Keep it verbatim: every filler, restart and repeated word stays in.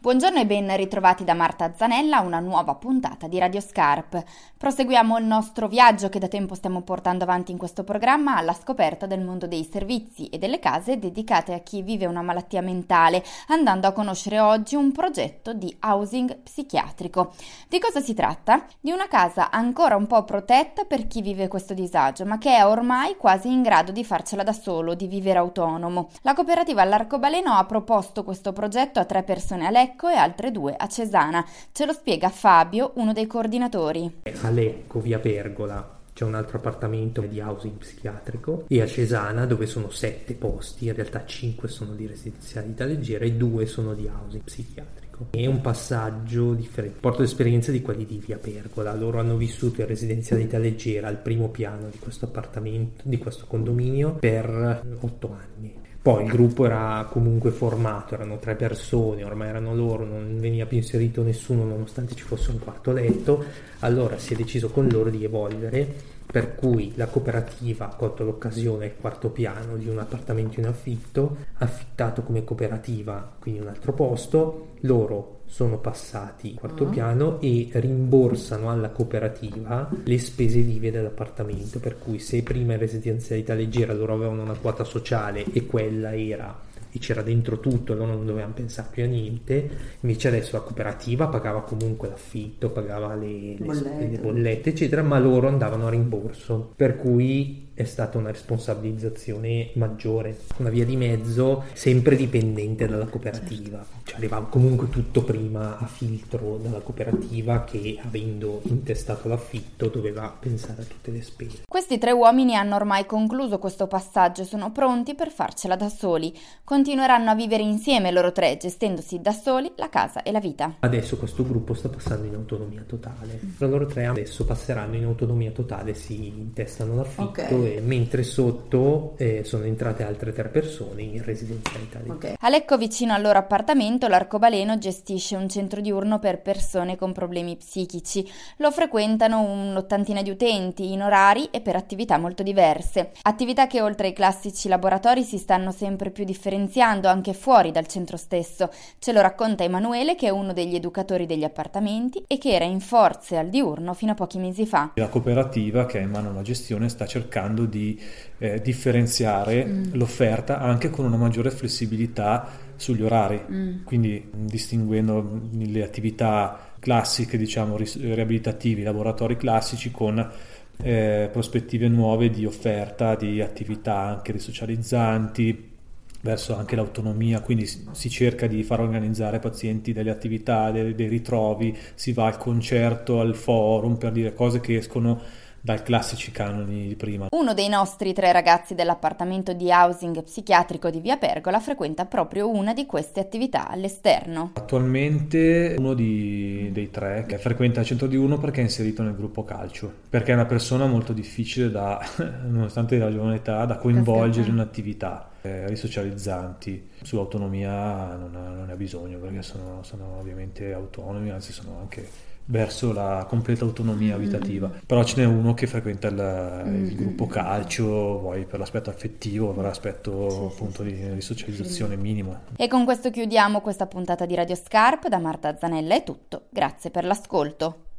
Buongiorno e ben ritrovati da Marta Zanella a una nuova puntata di Radio Scarp. Proseguiamo il nostro viaggio che da tempo stiamo portando avanti in questo programma alla scoperta del mondo dei servizi e delle case dedicate a chi vive una malattia mentale, andando a conoscere oggi un progetto di housing psichiatrico. Di cosa si tratta? Di una casa ancora un po' protetta per chi vive questo disagio, ma che è ormai quasi in grado di farcela da solo, di vivere autonomo. La cooperativa All'Arcobaleno ha proposto questo progetto a tre persone a Lecco e altre due a Cesana. Ce lo spiega Fabio, uno dei coordinatori. A Lecco, via Pergola, c'è un altro appartamento di housing psichiatrico, e a Cesana, dove sono sette posti, in realtà cinque sono di residenzialità leggera e due sono di housing psichiatrico. È un passaggio differente. Porto l'esperienza di quelli di via Pergola. Loro hanno vissuto in residenzialità leggera al primo piano di questo appartamento, di questo condominio, per otto anni. Poi il gruppo era comunque formato, erano tre persone, ormai erano loro, non veniva più inserito nessuno nonostante ci fosse un quarto letto. Allora si è deciso con loro di evolvere, per cui la cooperativa ha colto l'occasione al quarto piano di un appartamento in affitto, affittato come cooperativa, quindi un altro posto. Loro sono passati al quarto uh-huh. piano e rimborsano alla cooperativa le spese vive dell'appartamento, per cui se prima in residenzialità leggera loro avevano una quota sociale e quella era e c'era dentro tutto, loro non dovevano pensare più a niente, invece adesso la cooperativa pagava comunque l'affitto, pagava le, le, bollette. le bollette eccetera, ma loro andavano a rimborso, per cui è stata una responsabilizzazione maggiore, una via di mezzo sempre dipendente dalla cooperativa, certo. Cioè arrivava comunque tutto prima a filtro dalla cooperativa che, avendo intestato l'affitto, doveva pensare a tutte le spese. Questi tre uomini hanno ormai concluso questo passaggio e sono pronti per farcela da soli. Continueranno a vivere insieme loro tre, gestendosi da soli la casa e la vita. Adesso questo gruppo sta passando in autonomia totale. Mm. Loro tre adesso passeranno in autonomia totale, si intestano l'affitto, okay. e, mentre sotto eh, sono entrate altre tre persone in residenzialità. Okay. A Lecco, vicino al loro appartamento, l'Arcobaleno gestisce un centro diurno per persone con problemi psichici. Lo frequentano un'ottantina di utenti in orari e per attività molto diverse. Attività che oltre ai classici laboratori si stanno sempre più differenziando anche fuori dal centro stesso. Ce lo racconta Emanuele, che è uno degli educatori degli appartamenti e che era in forze al diurno fino a pochi mesi fa. La cooperativa che ha in mano la gestione sta cercando di eh, differenziare mm. l'offerta anche con una maggiore flessibilità sugli orari, mm. quindi distinguendo le attività classiche, diciamo riabilitativi, laboratori classici, con eh, prospettive nuove di offerta, di attività anche risocializzanti, verso anche l'autonomia, quindi si cerca di far organizzare ai pazienti delle attività, dei, dei ritrovi, si va al concerto, al forum, per dire cose che escono dai classici canoni di prima. Uno dei nostri tre ragazzi dell'appartamento di housing psichiatrico di via Pergola frequenta proprio una di queste attività all'esterno. Attualmente uno di, dei tre che frequenta il centro diurno perché è inserito nel gruppo calcio, perché è una persona molto difficile da, nonostante la giovane età, da coinvolgere in attività eh, risocializzanti. Sull'autonomia non ha, non ha bisogno, perché sono, sono ovviamente autonomi, anzi sono anche verso la completa autonomia abitativa. Mm-hmm. Però ce n'è uno che frequenta il, mm-hmm. il gruppo calcio, poi per l'aspetto affettivo, per l'aspetto sì, appunto sì, di, di socializzazione sì. minimo. E con questo chiudiamo questa puntata di Radio Scarp. Da Marta Zanella è tutto. Grazie per l'ascolto.